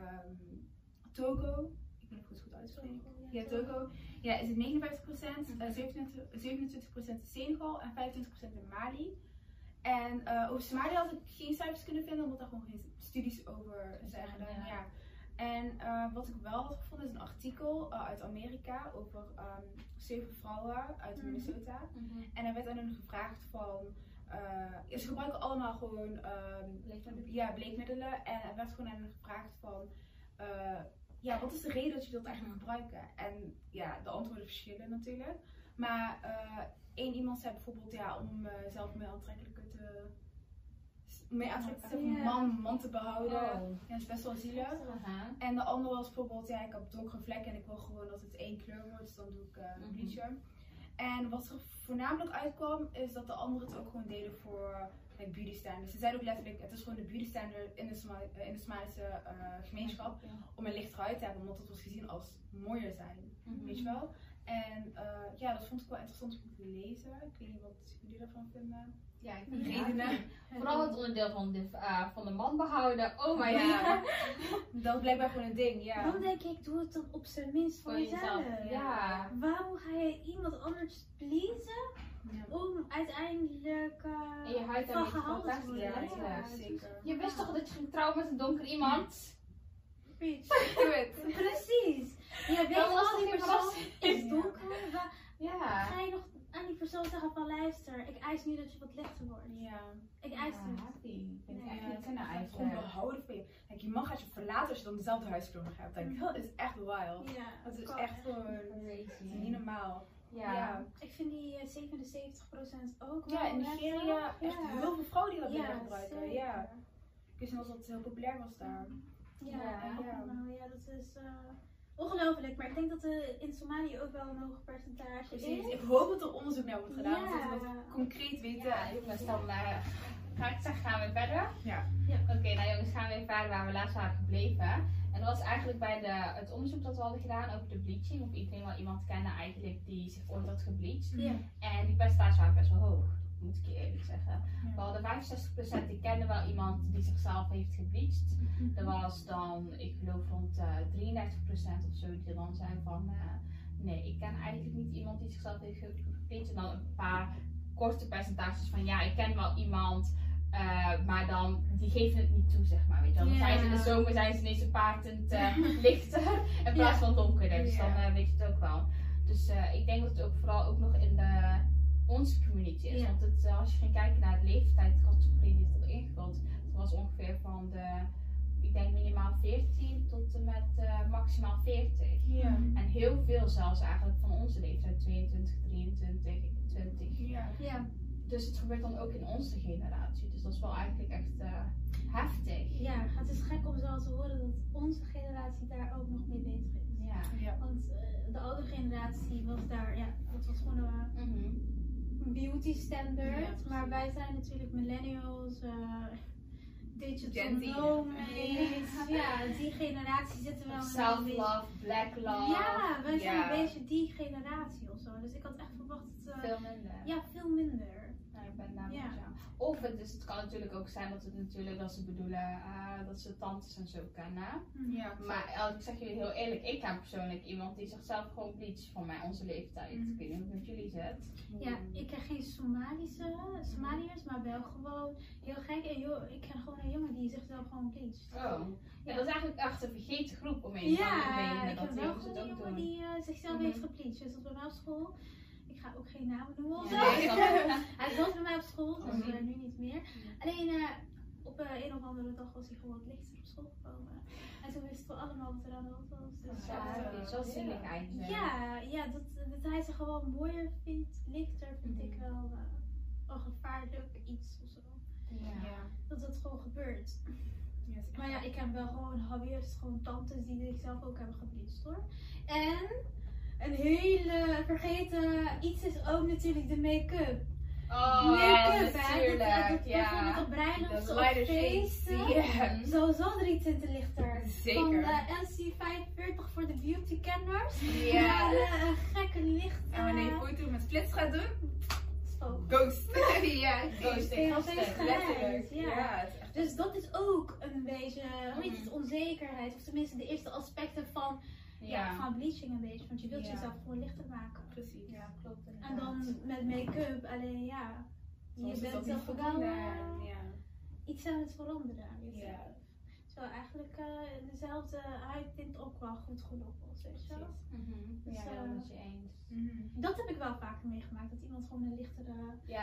Togo, ik ben het goed uitspreken. Ja, Togo. Ja, is het 59%, 27% in Senegal en 25% in Mali. En over Somalië had ik geen cijfers kunnen vinden, omdat er gewoon geen studies over zijn gedaan. Ja. En wat ik wel had gevonden is een artikel uit Amerika over 7 vrouwen uit Minnesota. En er werd aan hen gevraagd van, ze gebruiken allemaal gewoon bleekmiddelen. En er werd gewoon aan hen gevraagd van, wat is de reden dat je dat eigenlijk gebruiken? En ja, de antwoorden verschillen natuurlijk. Maar één iemand zei bijvoorbeeld om zelf meer aantrekkelijker man te behouden. Ja, dat is best wel zielig. En de andere was bijvoorbeeld, ik heb donkere vlekken en ik wil gewoon dat het één kleur wordt, dus dan doe ik bleachen. En wat er voornamelijk uitkwam, is dat de anderen het ook gewoon deden voor beauty standards. Ze zeiden ook letterlijk, het is gewoon de beauty standard in de Somalische gemeenschap om een licht huid te hebben, omdat het was gezien als mooier zijn. Weet je wel? En dat vond ik wel interessant om te lezen. Ik weet niet wat jullie daarvan vinden.
Ja, ik vind redenen. Vooral het onderdeel van de man behouden. Oh my god.
Dat is blijkbaar gewoon een ding, ja.
Dan denk ik, doe het dan op zijn minst voor jezelf.
Ja.
Waarom ga je iemand anders pleasen om uiteindelijk
je huid
van gehaald te worden?
Ja, zeker.
Je wist toch dat je ging trouwen met een donker iemand?
Precies. Je weet al die persoon is donker. Ga je nog aan die persoon zeggen van luister, ik eis nu dat je wat lichter wordt.
Ja.
Ik eis het.
Gewoon behouden van je. Kijk, je man gaat je verlaten als je dan dezelfde huidskleur nog hebt. Dat is echt wild.
Ja.
Dat is echt gewoon niet normaal.
Ja. Ik vind die 77% ook wel.
Ja, in Nigeria echt heel veel vrouwen die dat gebruiken.
Zeker.
Ja. Ik wist nog dat het heel populair was daar.
Ja, dat is ongelooflijk. Maar ik denk dat er in Somalië ook wel een hoog percentage is.
Ik hoop dat er onderzoek naar wordt gedaan, zodat we dat concreet weten.
Ja, jongens, dan ga ik zeggen, gaan we verder?
Ja.
Oké, nou jongens, gaan we weer verder waar we laatst waren gebleven. En dat was eigenlijk bij het onderzoek dat we hadden gedaan over de bleaching. Of iedereen wel iemand kennen eigenlijk die zich ooit had gebleached. En die percentages waren best wel hoog, moet ik je eerlijk zeggen. We hadden 65% die kennen wel iemand die zichzelf heeft gebleached. Er was dan, ik geloof rond 33% of zo die dan zijn van nee, ik ken eigenlijk niet iemand die zichzelf heeft gebleached. En dan een paar korte percentages van ik ken wel iemand, maar dan die geven het niet toe, zeg maar. Weet je wel. Dan zijn ze in de zomer zijn ze ineens een paar tint lichter in plaats van donkerder. Dus dan weet je het ook wel. Dus ik denk dat het ook vooral ook nog in onze community is. Want als je ging kijken naar de leeftijdscategorie die het had ingevuld, dat was ongeveer van de, ik denk minimaal 14 tot en met maximaal 40. En heel veel zelfs eigenlijk van onze leeftijd, 22, 23, 20. Dus het gebeurt dan ook in onze generatie. Dus dat is wel eigenlijk echt heftig.
Ja, het is gek om zo te horen dat onze generatie daar ook nog mee bezig is. Want de oude generatie was daar, dat was gewoon een beauty standard. Maar wij zijn natuurlijk millennials, digital nomads. Die generatie zitten wel
self-love, black love.
Ja, wij zijn een beetje die generatie of zo. Dus ik had echt verwacht dat
veel minder.
Ja, veel minder.
Nou, ik ben daar Of het kan natuurlijk ook zijn dat ze bedoelen dat ze tantes en zo kennen. Maar ik zeg jullie heel eerlijk, ik ken persoonlijk iemand die zichzelf gewoon bleacht van onze leeftijd. Ik weet niet hoe het met jullie zit.
Ja, ik ken geen Somaliërs, maar wel gewoon heel gek. En ik ken gewoon een jongen die zichzelf gewoon bleacht.
Ja, dat is eigenlijk echt een vergeten groep om een van de redenen dat die jongens het ook doen.
Ik ken wel een jongen die zichzelf heeft gebleacht. Dus op bij mij op school. Ik ga ook geen namen noemen. Hij was bij mij op school, dus nu niet meer. Alleen op een of andere dag was hij gewoon het lichter op school gekomen. En toen wisten we allemaal wat er aan de hand was. Dus,
zo zielig eigenlijk.
Ja, dat hij zich gewoon mooier vindt, lichter vind ik wel een gevaarlijk iets of zo. Dat het gewoon gebeurt. Maar ja, ik heb wel gewoon hobby's, gewoon tantes die zichzelf ook hebben gebleached hoor. En een hele vergeten iets is ook natuurlijk de make-up. Make-up, bijvoorbeeld op bruiloften of feesten. Sowieso er iets in te lichter.
Zeker.
Van de NC45 voor de beautykenners.
Ja.
Een gekke licht.
En wanneer je foto met flits gaat doen, ghost.
Ghost.
Letterlijk.
Ja. Dus dat is ook een beetje, onzekerheid. Of tenminste de eerste aspecten van bleaching een beetje. Want je wilt jezelf gewoon lichter maken.
Precies. Ja, klopt.
En dan met make-up, alleen je bent zelf ook wel iets aan het veranderen. Zo eigenlijk dezelfde huidtint ook wel goed genoeg was, weet je wel.
Dus, dat je eens.
Dat heb ik wel vaker meegemaakt, dat iemand gewoon een lichtere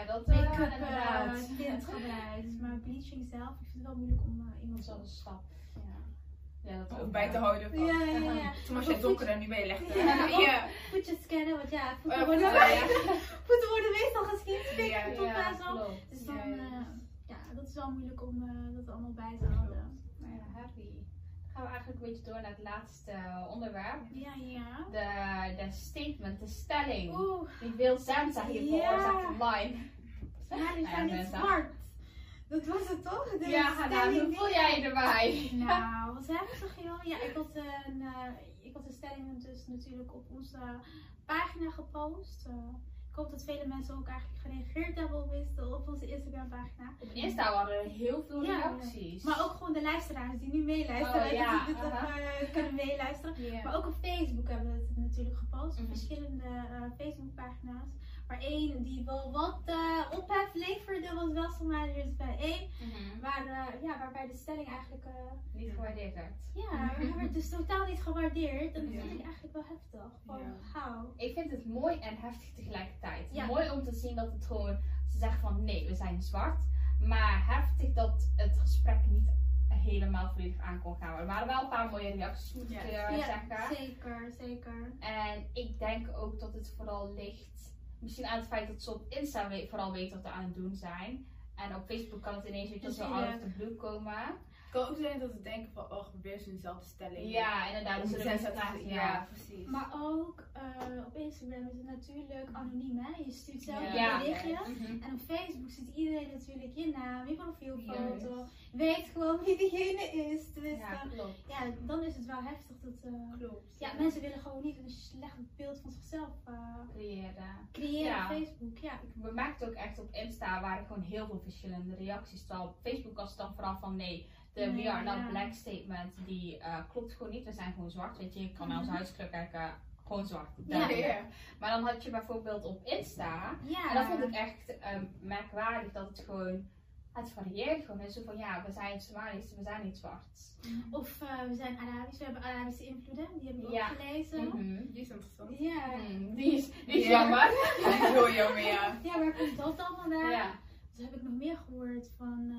make-up
tint gebruikt. Maar bleaching zelf, ik vind het wel moeilijk om iemand
zo'n stap.
Dat ook bij te houden van. Toen was jij donker en nu ben je lichter.
Voetjes scannen, want voeten worden meestal geschikt. Dus dan, dat is wel moeilijk om dat allemaal bij te houden.
Happy. Dan gaan we eigenlijk een beetje door naar het laatste onderwerp. De statement, de stelling. Die veel Sansa hier veroorzaakt online.
Ja, die zijn niet smart. Dat was het toch?
Hoe voel jij je erbij?
Nou, wat zeg joh? Ja, ik had een stelling dus natuurlijk op onze pagina gepost. Ik hoop dat vele mensen ook eigenlijk gereageerd hebben op onze Instagram pagina.
Op Insta waren er heel veel reacties.
Maar ook gewoon de luisteraars die nu meeluisteren. Kunnen meeluisteren. Maar ook op Facebook hebben we het natuurlijk gepost. Op verschillende Facebookpagina's. Maar één die wel wat ophef leverde was wel zomaar dus bij één. Waarbij de stelling eigenlijk
niet gewaardeerd werd.
Hij werd dus totaal niet gewaardeerd. En dat vind ik eigenlijk wel heftig.
Ik vind het mooi en heftig tegelijkertijd. Mooi om te zien dat het gewoon, ze zeggen van nee, we zijn zwart. Maar heftig dat het gesprek niet helemaal volledig aan kon gaan. Er waren wel een paar mooie reacties, moet ik zeggen.
Zeker.
En ik denk ook dat het vooral ligt misschien aan het feit dat ze op Insta vooral weten wat ze aan het doen zijn. En op Facebook kan het ineens zo out of the blue komen.
Het kan ook zijn dat ze denken van, weer zo'nzelfde stelling.
Ja, inderdaad.
Precies.
Maar ook op Instagram is het natuurlijk anoniem, hè? Je stuurt zelf een berichtje. En op Facebook ziet iedereen natuurlijk je naam, je profielfoto. Weet gewoon wie diegene is. Dus
klopt.
Dan is het wel heftig dat
klopt.
mensen willen gewoon niet een slecht beeld van zichzelf creëren op Facebook.
We maakten ook echt op Insta waren gewoon heel veel verschillende reacties. Terwijl op Facebook was het dan vooral van nee, de We Are Not Black statement die klopt gewoon niet. We zijn gewoon zwart, weet je. Je kan naar onze huidskleur kijken, gewoon zwart. Maar dan had je bijvoorbeeld op Insta, en dat vond ik echt merkwaardig dat het gewoon, het varieert gewoon. Zo van we zijn Somaliërs, we zijn niet zwart.
Of we zijn Arabisch, we hebben Arabische invloeden, die hebben we ook gelezen.
Die is interessant.
Die is jammer.
Die is heel jammer,
waar komt dat dan vandaan? Dus heb ik nog meer gehoord van...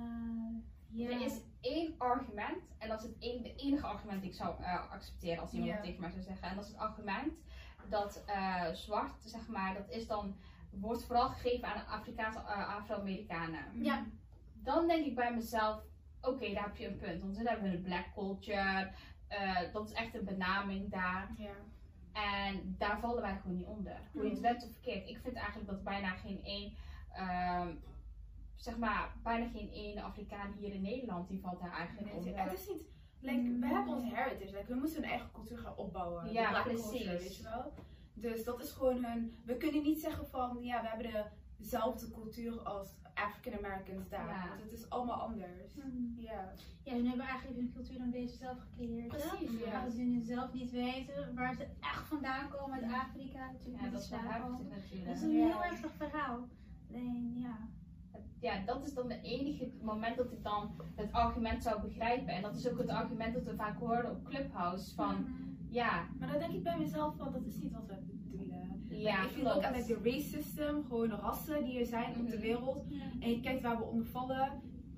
Er is één argument, en dat is het enige argument die ik zou accepteren als iemand dat tegen mij zou zeggen. En dat is het argument dat zwart, zeg maar, dat is dan, wordt vooral gegeven aan Afrikaanse Afro-Amerikanen. Dan denk ik bij mezelf, oké, daar heb je een punt. Want dan hebben we de black culture, dat is echt een benaming daar. En daar vallen wij gewoon niet onder. Hoe je het bent of verkeerd. Ik vind eigenlijk dat bijna geen één... bijna geen ene Afrikaan hier in Nederland die valt daar eigenlijk onder.
Het is niet, we hebben ons heritage, we moeten een eigen cultuur gaan opbouwen.
Precies.
Culture, weet je wel? Dus dat is gewoon we kunnen niet zeggen van, we hebben dezelfde cultuur als African Americans daar, want het is allemaal anders.
Hun hebben eigenlijk hun cultuur een beetje zelf gecreëerd.
Precies,
als ze nu zelf niet weten waar ze echt vandaan komen uit Afrika.
Dat is wel heftig natuurlijk.
Dat is een heel ernstig verhaal.
Dat is dan de enige moment dat ik dan het argument zou begrijpen. En dat is ook het argument dat we vaak horen op Clubhouse van,
Maar dan denk ik bij mezelf van, dat is niet wat we bedoelen.
Ik
vind ook aan de race system, gewoon de rassen die er zijn op de wereld. En je kijkt waar we onder vallen.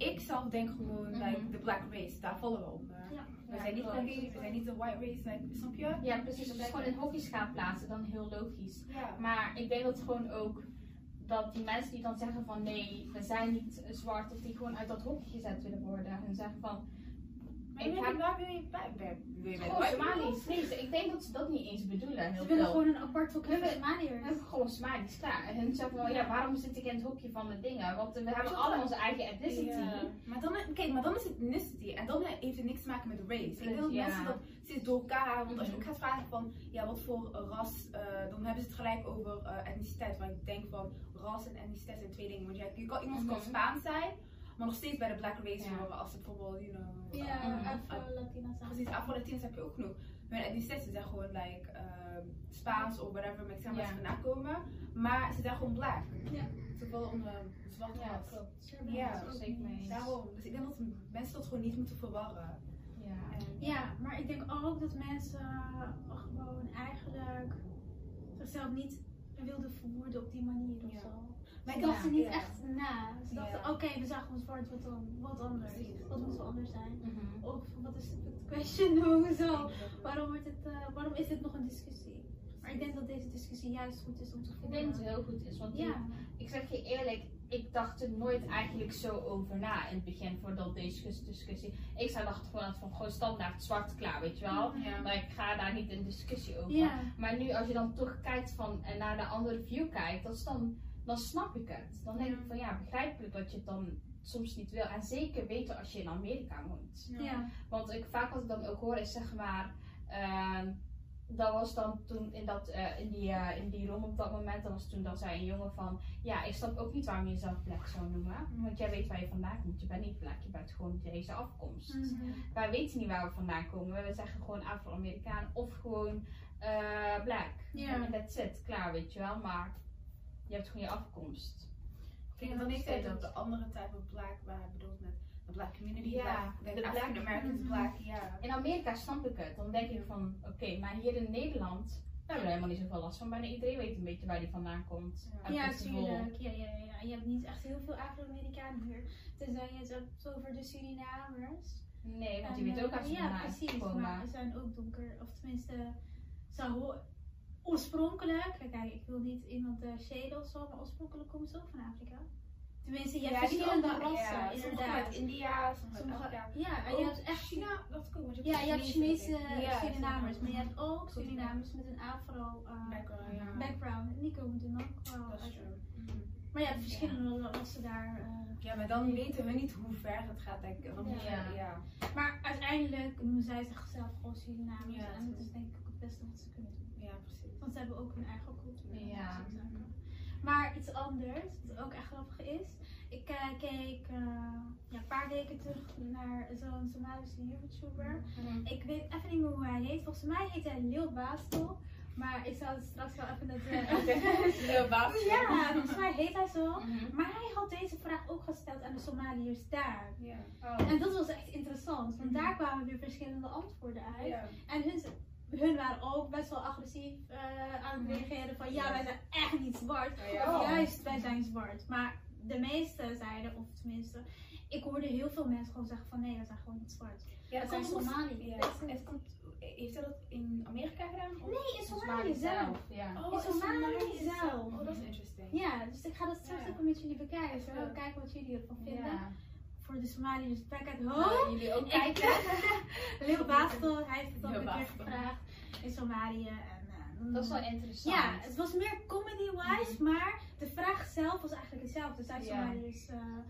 ik zelf denk gewoon, like, de black race, daar vallen we onder. We zijn niet we zijn niet de white race, like, snap je?
Ja, precies. Als je het gewoon in hokjes gaat plaatsen, dan heel logisch. Maar ik denk dat gewoon ook, dat die mensen die dan zeggen van nee, we zijn niet zwart, of die gewoon uit dat hokje gezet willen worden. En zeggen van,
waar wil je bij?
Gewoon Somaliërs. Nee, ik denk dat ze dat niet eens bedoelen.
Ze willen gewoon een apart hokje voor Somaliërs.
We hebben gewoon Somaliërs, klaar. En hun zeggen van, ja, waarom zit ik in het hokje van de dingen? Want we hebben allemaal onze eigen ethnicity.
Maar dan is het ethnicity. En dan heeft het niks te maken met de race. Ik denk dat mensen dat steeds door elkaar halen. Want als je ook gaat vragen van, ja, wat voor ras, dan hebben ze het gelijk over etniciteit. Maar ik denk van, ras en etniciteit zijn twee dingen. Want iemand kan Spaans zijn, maar nog steeds bij de black race horen als het bijvoorbeeld, you know...
Afro-Latina's.
Precies, Afro-Latina's heb je ook genoeg. Hun etniciteit zijn gewoon like, Spaans of whatever, maar ik zeg maar ze vandaan komen. Maar ze zijn gewoon black. Ze vallen onder zwart ras.
Ja, zeker mee.
Daarom. Dus ik denk dat mensen dat gewoon niet moeten verwarren.
Ja, maar ik denk ook dat mensen gewoon eigenlijk zichzelf niet wilden verwoorden op die manier of zo. Maar ik dacht ze niet echt na. Ze dachten, oké, we zagen ons zwart, wat anders. Wat moet wel anders zijn? Of wat is het question? Hoezo? Waarom is dit nog een discussie? Maar ik denk dat deze discussie juist goed is om te voeren.
Ik denk dat het heel goed is, want ik zeg je eerlijk, ik dacht er nooit eigenlijk zo over na in het begin voordat deze discussie. Ik dacht gewoon standaard zwart klaar, weet je wel. Maar ik ga daar niet in discussie over. Maar nu als je dan toch kijkt en naar de andere view kijkt, dan snap ik het. Dan denk ik van ja, begrijpelijk dat je het dan soms niet wil. En zeker weten als je in Amerika woont. Want vaak wat ik dan ook hoor is zeg maar, dat was dan toen in die room op dat moment, dat zei een jongen van, ja, ik snap ook niet waarom je jezelf black zou noemen. Want jij weet waar je vandaan komt. Je bent niet black, je bent gewoon deze afkomst. Wij weten niet waar we vandaan komen. We zeggen gewoon Afro-Amerikaan of gewoon black. En that's it, klaar, weet je wel. Maar je hebt gewoon je afkomst.
Kijk, dan ik zei dat de andere type of black, waar hij bedoelt met de black community, de African Americans black,
In Amerika snap ik het. Dan denk ik van, oké, maar hier in Nederland, daar hebben we helemaal niet zoveel last van. Bijna iedereen weet een beetje waar die vandaan komt.
Ja, tuurlijk. Ja. Je hebt niet echt heel veel Afro-Amerikanen hier. Tenzij je het hebt over de Surinamers.
Nee, want je weet ook uit Suriname.
Ja, precies. Maar er zijn ook donker, of tenminste, oorspronkelijk, kijk, ik wil niet iemand shaden of zo, maar oorspronkelijk komen ze ook van Afrika. Tenminste, je hebt verschillende rassen, inderdaad.
Uit India,
ja, en je hebt echt
China, dat is cool.
Ja, je hebt Chinese Surinamers, maar je hebt ook Surinamers met een afro background. En die komen dan ook wel uit. Maar je hebt verschillende rassen daar.
Ja, maar dan weten we niet hoe ver het gaat, denk ik.
Maar uiteindelijk noemen zij zichzelf gewoon Surinamers. En dat is denk ik ook het beste wat ze kunnen doen.
Ja, precies.
Want ze hebben ook hun eigen cultuur. Maar iets anders, wat ook echt grappig is. Ik keek een paar weken terug naar zo'n Somalische YouTuber. Ik weet even niet meer hoe hij heet. Volgens mij heet hij Lil Bastel. Maar ik zal het straks wel even
Lil Bastel?
Ja, volgens mij heet hij zo. Maar hij had deze vraag ook gesteld aan de Somaliërs daar. En dat was echt interessant. Want daar kwamen weer verschillende antwoorden uit. En hun waren ook best wel agressief aan het reageren van ja, wij zijn echt niet zwart. Of juist, wij zijn zwart. Maar de meeste zeiden, of tenminste, ik hoorde heel veel mensen gewoon zeggen van nee, wij zijn gewoon niet zwart.
Ja,
dat zijn Somalië.
Heeft hij dat in Amerika gedaan? Of?
Nee, in Somalië zelf.
In
Somalië zelf.
Oh, dat is interesting.
Ja, dus ik ga dat straks even met jullie bekijken. Zo, kijken wat jullie ervan vinden. Voor de Somaliërs back at home.
Jullie ook kijken.
Lil Bastel, hij heeft het ook een keer gevraagd in Somalië.
Dat is wel interessant.
Ja, het was meer comedy-wise, maar de vraag zelf was eigenlijk hetzelfde. Zij Somaliërs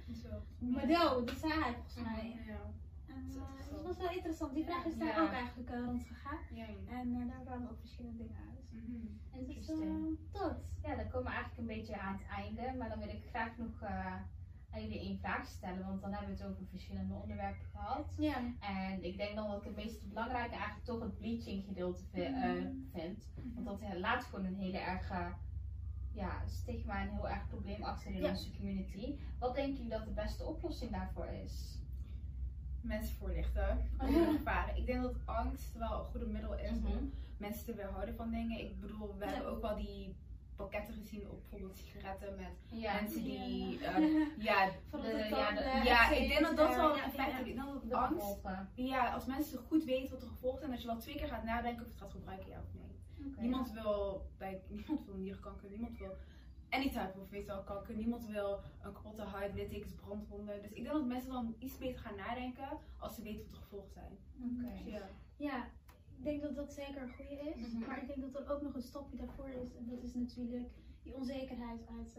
model, dat zei hij volgens mij. En het was wel interessant. Die vraag is daar ook eigenlijk rondgegaan. En daar kwamen ook verschillende dingen uit. En dus dat.
Ja, dan komen we eigenlijk een beetje aan het einde. Maar dan wil ik graag nog aan jullie één vraag stellen. Want dan hebben we het over verschillende onderwerpen gehad. En ik denk dan dat ik het meest belangrijke eigenlijk toch het bleaching gedeelte vind. Want dat laat gewoon een hele erg stigma en een heel erg probleem achter in onze community. Wat denken jullie dat de beste oplossing daarvoor is?
Mensen voorlichten over de gevaren. Ik denk dat angst wel een goede middel is om mensen te weerhouden van dingen. Ik bedoel, we hebben ook wel die pakketten gezien op bijvoorbeeld sigaretten met mensen die ik denk dat dat wel een effect heeft. Ik denk dat angst, als mensen goed weten wat de gevolgen zijn, dat je wel 2 keer gaat nadenken of je het gaat gebruiken, ja of nee. Okay. Niemand wil nierkanker, niemand wil any type of kanker, niemand wil een kapotte huid, littekens, brandwonden. Dus ik denk dat mensen dan iets beter gaan nadenken als ze weten wat de gevolgen zijn.
Ja, ik denk dat dat zeker een goede is, maar ik denk dat er ook nog een stapje daarvoor is en dat is natuurlijk die onzekerheid uit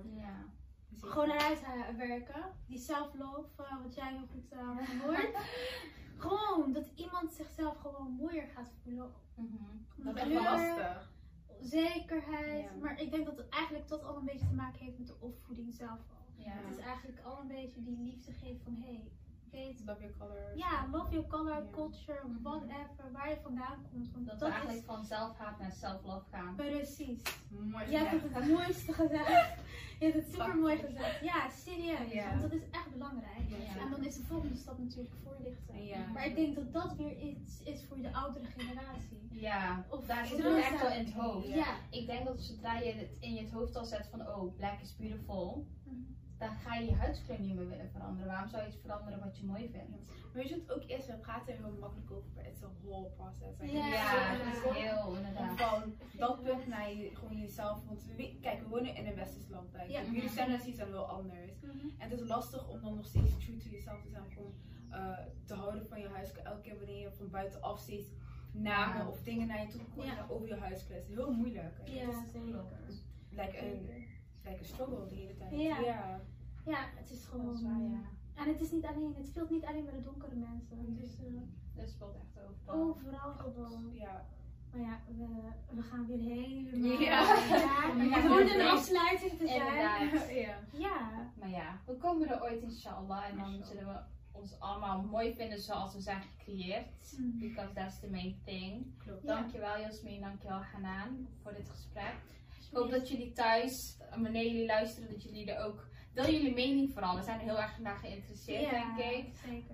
gewoon eruit werken. Die self-love, wat jij heel goed hoort. Gewoon dat iemand zichzelf gewoon mooier gaat voelen.
Dat is echt wel lastig.
Zekerheid, maar ik denk dat het eigenlijk dat al een beetje te maken heeft met de opvoeding zelf al. Het is eigenlijk al een beetje die liefde geven van
love your color.
Ja, love your color, culture, whatever, waar je vandaan komt. Want
dat we eigenlijk van zelfhaat naar self-love gaan.
Precies.
Mooi gezegd.
Jij hebt het mooiste gezegd. Je hebt het super mooi gezegd. Ja, serieus. Want dat is echt belangrijk. En dan is de volgende stap natuurlijk voorlichten. Maar ik denk dat dat weer iets is voor de oudere generatie.
Ja, of daar zit het echt wel in het hoofd. Ik denk dat zodra je het in je hoofd al zet van black is beautiful, dan ga je huidskleur niet meer willen veranderen. Waarom zou je iets veranderen wat je mooi vindt?
Maar weet je wat ook is? We praten er heel makkelijk over, maar het is een whole process.
Het is heel inderdaad.
Van dat punt naar gewoon jezelf. Want kijk, we wonen in een westers land. Jullie standaards zijn wel anders. En het is lastig om dan nog steeds true to jezelf te zijn. Gewoon te houden van je huiskleur. Elke keer wanneer je van buitenaf steeds namen of dingen naar je toe gooit over je huiskleur. Het is heel moeilijk.
Ja, zeker.
Like een struggle de hele tijd.
Ja, het is gewoon. En het is niet alleen, het speelt niet alleen bij de donkere mensen.
Het speelt echt overal.
Overal gewoon. Maar ja, we gaan weer helemaal.
Het
wordt een afsluiting te zijn.
Maar ja, we komen er ooit inshallah en dan zullen we ons allemaal mooi vinden zoals we zijn gecreëerd. Because that's the main thing. Dankjewel Jasmin, dankjewel Hanan voor dit gesprek. Ik hoop dat jullie thuis, wanneer jullie luisteren, dat jullie er ook, deel jullie mening vooral. We zijn er heel erg naar geïnteresseerd, denk ik.
Zeker.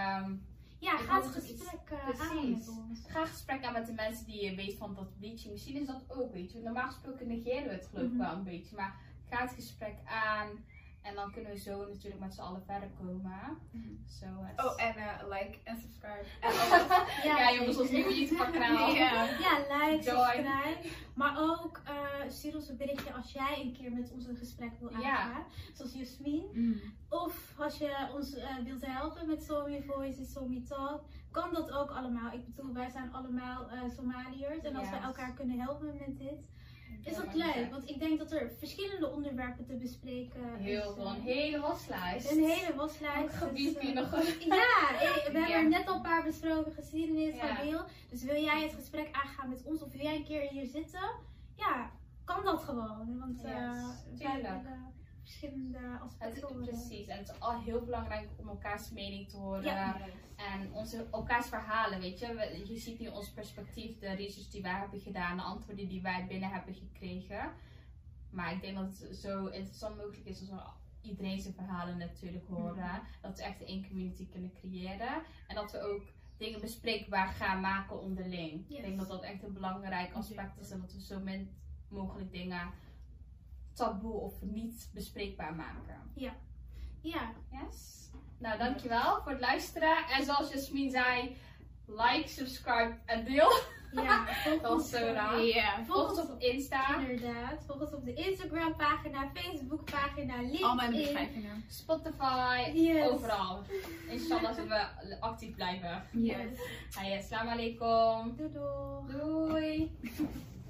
Ga het gesprek aan met ons.
Ga gesprek aan met de mensen die je weet van dat bleaching. Misschien is dat ook, weet je. Normaal gesproken negeren we het geloof ik wel een beetje. Maar ga het gesprek aan. En dan kunnen we zo natuurlijk met z'n allen verder komen.
En like en subscribe.
Jongens, ons nieuwe YouTube kanaal.
Like, subscribe. Maar ook stuur ons een berichtje als jij een keer met ons een gesprek wil aangaan. Zoals Jasmin. Of als je ons wilt helpen met Somi Voice en Somi Talk. Kan dat ook allemaal. Ik bedoel, wij zijn allemaal Somaliërs. En als wij elkaar kunnen helpen met dit. Is dat leuk? Want ik denk dat er verschillende onderwerpen te bespreken
heel veel, een hele waslijst.
Een hele waslijst.
Gebied nog.
We hebben er net al een paar besproken, geschiedenis, Fabio. Dus wil jij het gesprek aangaan met ons of wil jij een keer hier zitten? Ja, kan dat gewoon. Want wij willen verschillende aspecten horen.
Precies, en het is al heel belangrijk om elkaars mening te horen. En elkaars verhalen, weet je. Je ziet nu ons perspectief, de research die wij hebben gedaan, de antwoorden die wij binnen hebben gekregen. Maar ik denk dat het zo interessant mogelijk is als we iedereen zijn verhalen natuurlijk horen. Dat we echt één community kunnen creëren. En dat we ook dingen bespreekbaar gaan maken onderling. Ik denk dat dat echt een belangrijk aspect is. En dat we zo min mogelijk dingen taboe of niet bespreekbaar maken. Yes? Nou, dankjewel voor het luisteren. En zoals Jasmin zei, like, subscribe en deel. Dat was zo raar. Volg ons op Insta.
Inderdaad. Volg ons op de Instagram pagina, Facebook pagina, LinkedIn.
Allemaal in de beschrijving.
Spotify. Overal. Inshallah zullen we actief blijven.
Yes.
Assalamu alaikum.
Doei.